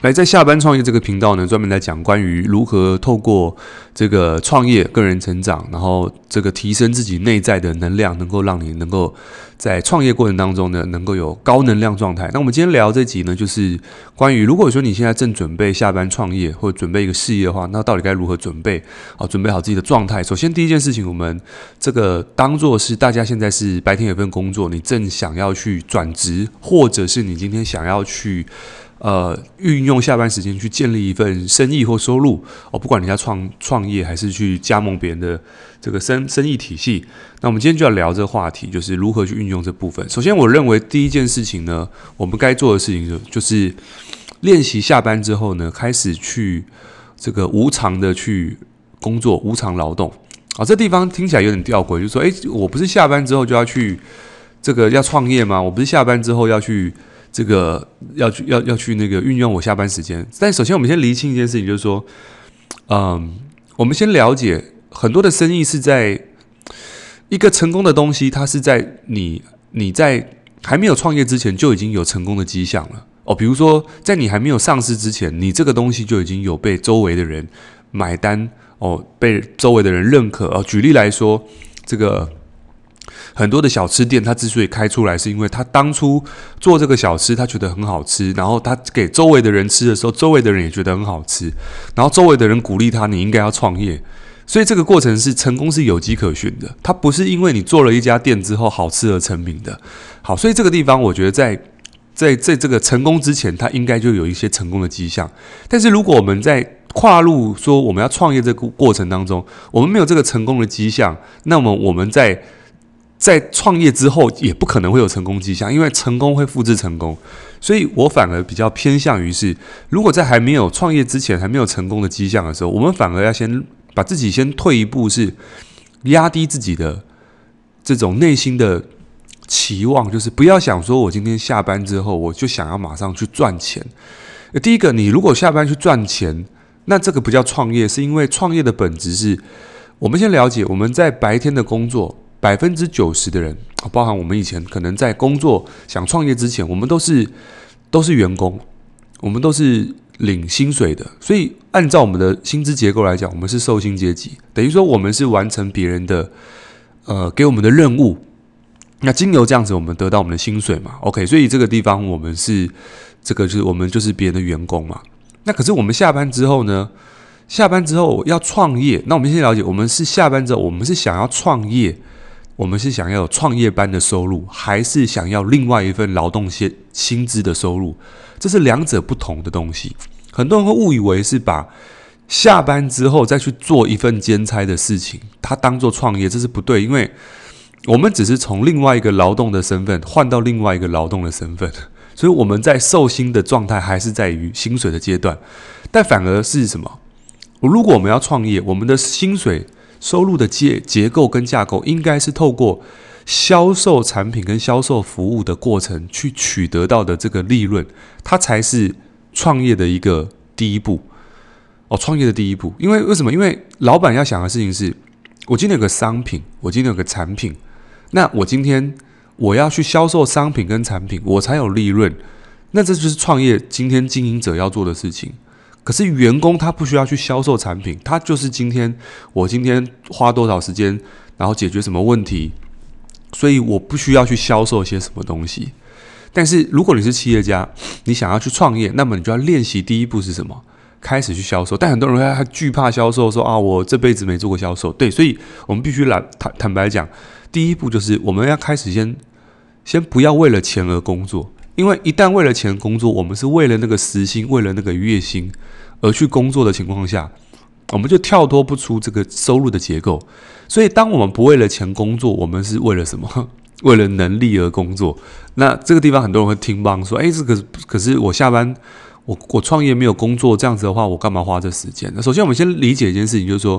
来，在下班创业这个频道呢，专门来讲关于如何透过这个创业、个人成长，然后这个提升自己内在的能量，能够让你能够在创业过程当中呢，能够有高能量状态。那我们今天聊这集呢，就是关于如果说你现在正准备下班创业，或者准备一个事业的话，那到底该如何准备？准备好自己的状态。首先，第一件事情，我们这个当做是大家现在是白天有份工作，你正想要去转职，或者是你今天想要去运用下班时间去建立一份生意或收入不管你要创业还是去加盟别人的这个生意体系，那我们今天就要聊这个话题，就是如何去运用这部分。首先，我认为第一件事情呢，我们该做的事情就是练习下班之后呢，开始去这个无偿的去工作，无偿劳动。这地方听起来有点吊诡，就是说，我不是下班之后就要去这个要创业吗？我不是下班之后要去这个要去那个运用我下班时间。但首先我们先厘清一件事情，就是说，我们先了解很多的生意是在一个成功的东西，它是在你在还没有创业之前就已经有成功的迹象了。比如说在你还没有上市之前，你这个东西就已经有被周围的人买单被周围的人认可。举例来说，这个很多的小吃店，它之所以开出来，是因为他当初做这个小吃，他觉得很好吃，然后他给周围的人吃的时候，周围的人也觉得很好吃，然后周围的人鼓励他，你应该要创业。所以这个过程是成功是有迹可循的，它不是因为你做了一家店之后好吃而成名的。好，所以这个地方我觉得在这个成功之前，它应该就有一些成功的迹象。但是如果我们在跨入说我们要创业这个过程当中，我们没有这个成功的迹象，那么我们在创业之后也不可能会有成功迹象，因为成功会复制成功。所以我反而比较偏向于是，如果在还没有创业之前还没有成功的迹象的时候，我们反而要先把自己先退一步，是压低自己的这种内心的期望，就是不要想说我今天下班之后我就想要马上去赚钱。第一个，你如果下班去赚钱，那这个不叫创业，是因为创业的本质是，我们先了解我们在白天的工作，90%的人，包含我们以前可能在工作想创业之前，我们都是员工，我们都是领薪水的，所以按照我们的薪资结构来讲，我们是受薪阶级，等于说我们是完成别人的给我们的任务，那经由这样子我们得到我们的薪水嘛 ，OK， 所以这个地方我们是这个就是我们就是别人的员工嘛。那可是我们下班之后呢？下班之后要创业，那我们先了解，我们是下班之后，我们是想要创业，我们是想要有创业般的收入，还是想要另外一份劳动薪资的收入？这是两者不同的东西。很多人会误以为是把下班之后再去做一份兼差的事情，它当做创业，这是不对，因为我们只是从另外一个劳动的身份换到另外一个劳动的身份。所以我们在受薪的状态还是在于薪水的阶段，但反而是什么？如果我们要创业，我们的薪水收入的结构跟架构应该是透过销售产品跟销售服务的过程去取得到的这个利润，它才是创业的一个第一步。创业的第一步，为什么？因为老板要想的事情是，我今天有个商品，我今天有个产品，那我今天我要去销售商品跟产品，我才有利润。那这就是创业今天经营者要做的事情。可是员工他不需要去销售产品，他就是我今天花多少时间，然后解决什么问题，所以我不需要去销售些什么东西。但是如果你是企业家，你想要去创业，那么你就要练习第一步是什么？开始去销售。但很多人他惧怕销售，说我这辈子没做过销售。对，所以我们必须坦白讲，第一步就是我们要开始先不要为了钱而工作，因为一旦为了钱工作，我们是为了那个时薪，为了那个月薪而去工作的情况下，我们就跳脱不出这个收入的结构。所以当我们不为了钱工作，我们是为了什么？为了能力而工作。那这个地方很多人会听棒说，可是我下班我创业没有工作，这样子的话我干嘛花这时间？那首先我们先理解一件事情，就是说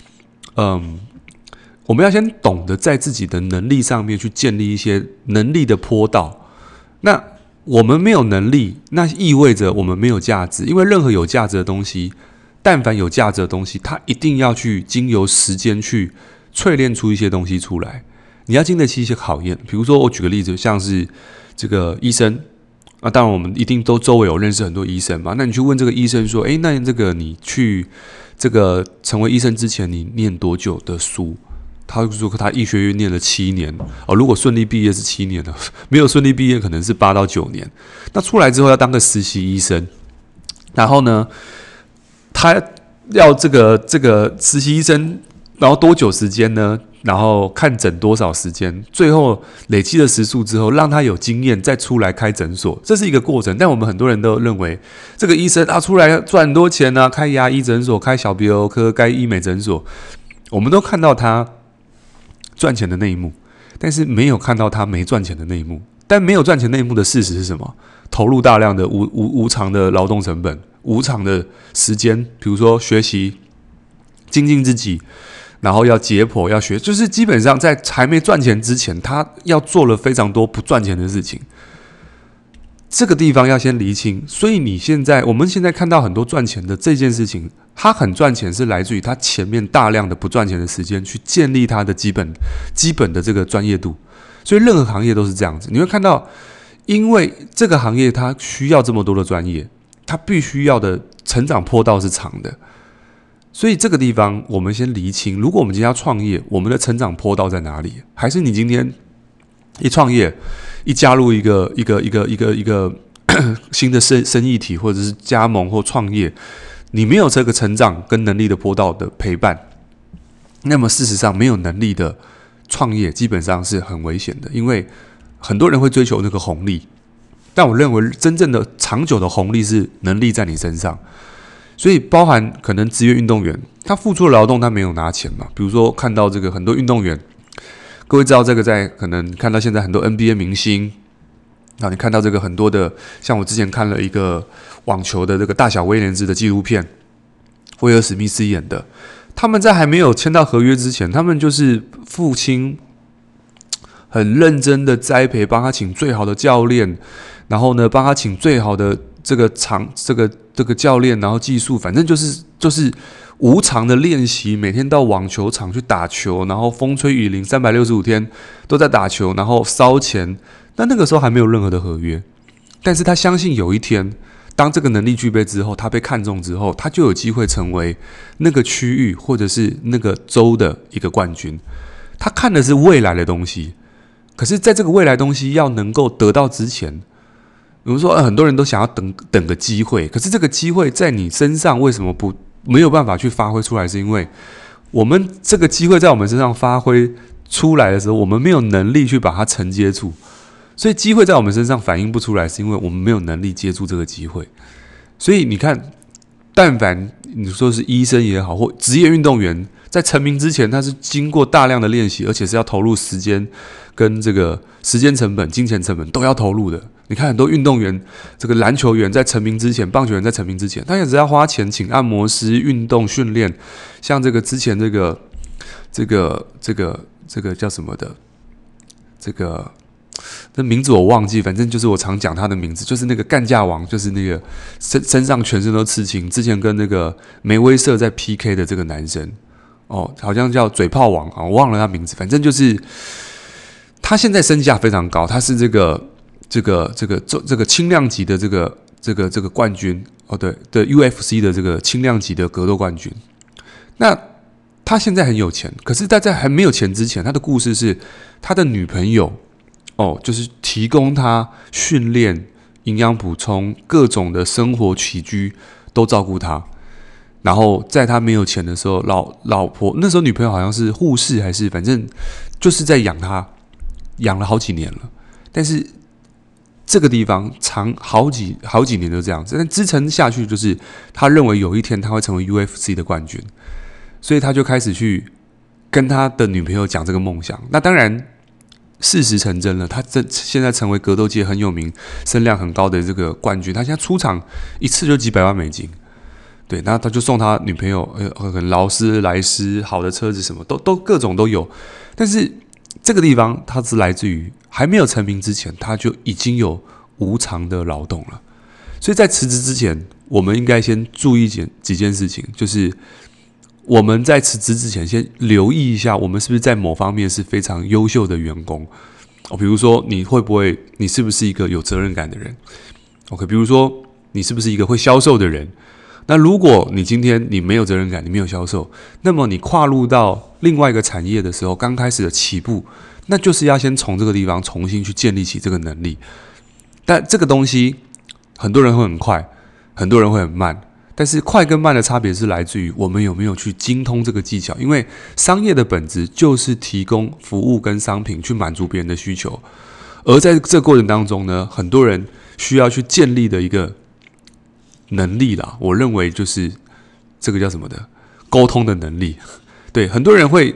我们要先懂得在自己的能力上面去建立一些能力的坡道。那我们没有能力，那意味着我们没有价值，因为任何有价值的东西，但凡有价值的东西，它一定要去经由时间去淬炼出一些东西出来。你要经得起一些考验，比如说我举个例子，像是这个医生， 当然我们一定都周围有认识很多医生嘛，那你去问这个医生说，那这个你去这个成为医生之前你念多久的书？他说他医学院念了7年如果顺利毕业是7年了，没有顺利毕业可能是8到9年。那出来之后要当个实习医生，然后呢，他要这个实习医生，然后多久时间呢？然后看诊多少时间？最后累积了时数之后，让他有经验再出来开诊所，这是一个过程。但我们很多人都认为，这个医生出来赚很多钱啊，开牙医诊所、开小鼻喉科、开医美诊所，我们都看到他赚钱的那一幕，但是没有看到他没赚钱的那一幕。但没有赚钱那一幕的事实是什么？投入大量的无偿的劳动成本、无偿的时间，比如说学习、精进自己，然后要解剖、要学，就是基本上在还没赚钱之前，他要做了非常多不赚钱的事情。这个地方要先厘清。所以我们现在看到很多赚钱的这件事情，他很赚钱是来自于他前面大量的不赚钱的时间去建立他的基本的这个专业度。所以任何行业都是这样子，你会看到，因为这个行业它需要这么多的专业，它必须要的成长坡道是长的。所以这个地方我们先厘清，如果我们今天要创业，我们的成长坡道在哪里？还是你今天一创业，一加入一个新的生意体，或者是加盟或创业，你没有这个成长跟能力的坡道的陪伴，那么事实上没有能力的创业基本上是很危险的。因为很多人会追求那个红利，但我认为真正的长久的红利是能力在你身上。所以包含可能职业运动员，他付出的劳动他没有拿钱嘛。比如说看到这个很多运动员，各位知道这个在可能看到现在很多 NBA 明星，你看到这个很多的，像我之前看了一个网球的这个大小威廉兹的纪录片，威尔史密斯演的，他们在还没有签到合约之前，他们就是父亲很认真的栽培，帮他请最好的教练，然后呢帮他请最好的这个教练，然后技术，反正就是无偿的练习，每天到网球场去打球，然后风吹雨淋365天都在打球，然后烧钱。那个时候还没有任何的合约，但是他相信有一天，当这个能力具备之后，他被看中之后，他就有机会成为那个区域或者是那个州的一个冠军。他看的是未来的东西，可是在这个未来东西要能够得到之前，比如说很多人都想要等个机会，可是这个机会在你身上为什么没有办法去发挥出来？是因为我们这个机会在我们身上发挥出来的时候，我们没有能力去把它承接住。所以机会在我们身上反映不出来，是因为我们没有能力接住这个机会。所以你看，但凡你说是医生也好，或职业运动员，在成名之前，他是经过大量的练习，而且是要投入时间跟这个时间成本、金钱成本都要投入的。你看很多运动员，这个篮球员在成名之前，棒球员在成名之前，他也只要花钱请按摩师、运动训练。像这个之前这个叫什么的，那名字我忘记，反正就是我常讲他的名字，就是那个干架王，就是那个身上全身都刺青，之前跟那个梅威瑟在 PK 的这个男生，好像叫嘴炮王我忘了他名字，反正就是他现在身价非常高，他是这个轻量级的这个冠军对 UFC 的这个轻量级的格斗冠军。那他现在很有钱，可是他在还没有钱之前，他的故事是他的女朋友就是提供他训练、营养补充、各种的生活起居都照顾他。然后在他没有钱的时候，老婆那时候女朋友好像是护士，还是反正就是在养他，养了好几年了。但是这个地方长好几年都这样子，但支撑下去就是他认为有一天他会成为 UFC 的冠军，所以他就开始去跟他的女朋友讲这个梦想。那当然事实成真了，他现在成为格斗界很有名、声量很高的这个冠军。他现在出场一次就几百万美金，对，那他就送他女朋友很劳斯莱斯好的车子，什么都各种都有。但是这个地方它是来自于还没有成名之前，他就已经有无偿的劳动了。所以在辞职之前，我们应该先注意几件事情，就是我们在辞职之前，先留意一下，我们是不是在某方面是非常优秀的员工。 比如说你是不是一个有责任感的人 ？OK， 比如说你是不是一个会销售的人？那如果你今天你没有责任感，你没有销售，那么你跨入到另外一个产业的时候，刚开始的起步，那就是要先从这个地方重新去建立起这个能力。但这个东西，很多人会很快，很多人会很慢。但是快跟慢的差别是来自于我们有没有去精通这个技巧。因为商业的本质就是提供服务跟商品去满足别人的需求，而在这个过程当中呢，很多人需要去建立的一个能力啦，我认为就是这个叫什么的沟通的能力。对，很多人会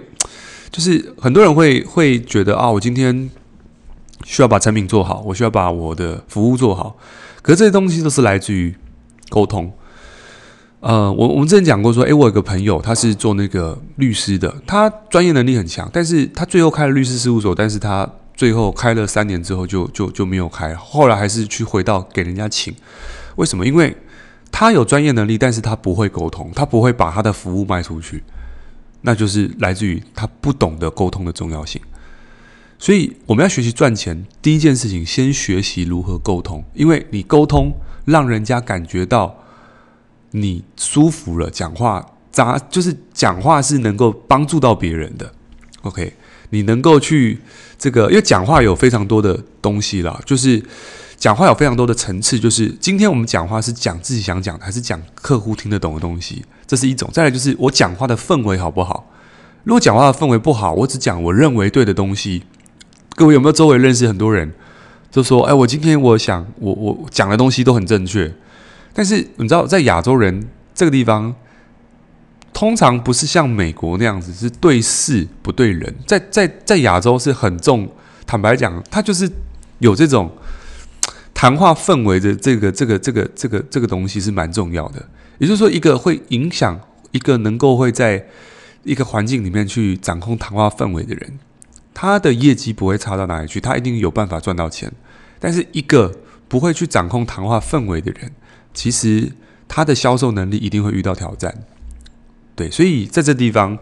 觉得啊，我今天需要把产品做好，我需要把我的服务做好，可是这些东西都是来自于沟通。我们之前讲过说，我有个朋友，他是做那个律师的，他专业能力很强，但是他最后开了律师事务所，但是他最后开了3年之后就没有开，后来还是回到给人家请。为什么？因为他有专业能力，但是他不会沟通，他不会把他的服务卖出去，那就是来自于他不懂得沟通的重要性。所以我们要学习赚钱，第一件事情先学习如何沟通，因为你沟通让人家感觉到你舒服了，讲话是能够帮助到别人的。OK， 你能够去因为讲话有非常多的东西啦，就是讲话有非常多的层次，就是今天我们讲话是讲自己想讲的，还是讲客户听得懂的东西，这是一种。再来就是我讲话的氛围好不好？如果讲话的氛围不好，我只讲我认为对的东西，各位有没有周围认识很多人就说，我今天我讲的东西都很正确，但是你知道在亚洲人这个地方，通常不是像美国那样子是对事不对人，在亚洲是很重，坦白讲，它就是有这种谈话氛围的这个东西是蛮重要的。也就是说，一个会影响一个能够会在一个环境里面去掌控谈话氛围的人，他的业绩不会差到哪里去，他一定有办法赚到钱。但是一个不会去掌控谈话氛围的人，其实他的销售能力一定会遇到挑战。对，所以在这地方，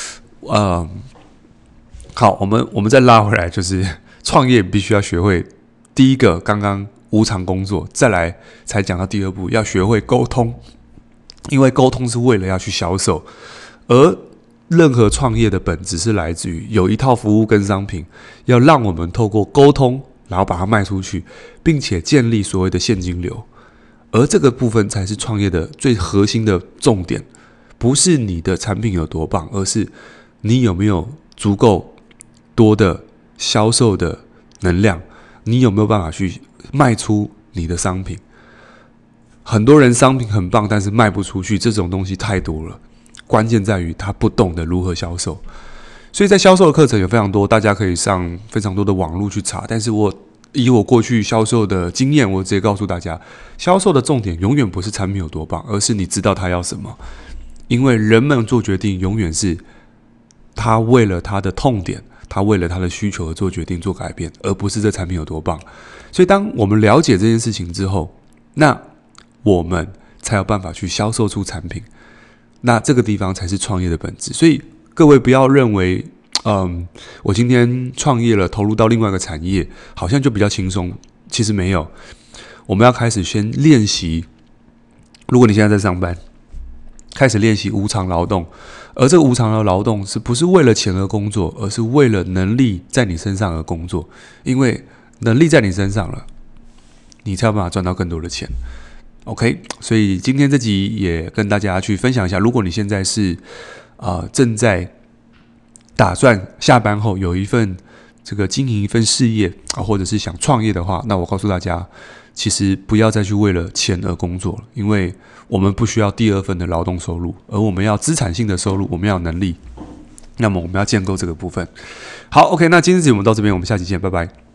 好，我们再拉回来，就是创业必须要学会第一个，刚刚无偿工作，再来才讲到第二步，要学会沟通，因为沟通是为了要去销售，而任何创业的本质是来自于有一套服务跟商品，要让我们透过沟通，然后把它卖出去，并且建立所谓的现金流，而这个部分才是创业的最核心的重点，不是你的产品有多棒，而是你有没有足够多的销售的能量，你有没有办法去卖出你的商品。很多人商品很棒，但是卖不出去，这种东西太多了。关键在于他不懂得如何销售，所以在销售的课程有非常多，大家可以上非常多的网络去查。但是以我过去销售的经验，我直接告诉大家，销售的重点永远不是产品有多棒，而是你知道他要什么。因为人们做决定永远是他为了他的痛点，他为了他的需求而做决定做改变，而不是这产品有多棒。所以当我们了解这件事情之后，那我们才有办法去销售出产品，那这个地方才是创业的本质。所以各位不要认为我今天创业了，投入到另外一个产业好像就比较轻松，其实没有。我们要开始先练习，如果你现在在上班，开始练习无偿劳动，而这个无偿的劳动是不是为了钱而工作，而是为了能力在你身上而工作。因为能力在你身上了，你才有办法赚到更多的钱。OK， 所以今天这集也跟大家去分享一下，如果你现在是正在打算下班后有一份这个经营一份事业或者是想创业的话，那我告诉大家，其实不要再去为了钱而工作了，因为我们不需要第二份的劳动收入，而我们要资产性的收入，我们要有能力，那么我们要建构这个部分。好 ，OK， 那今天这集我们到这边，我们下期见，拜拜。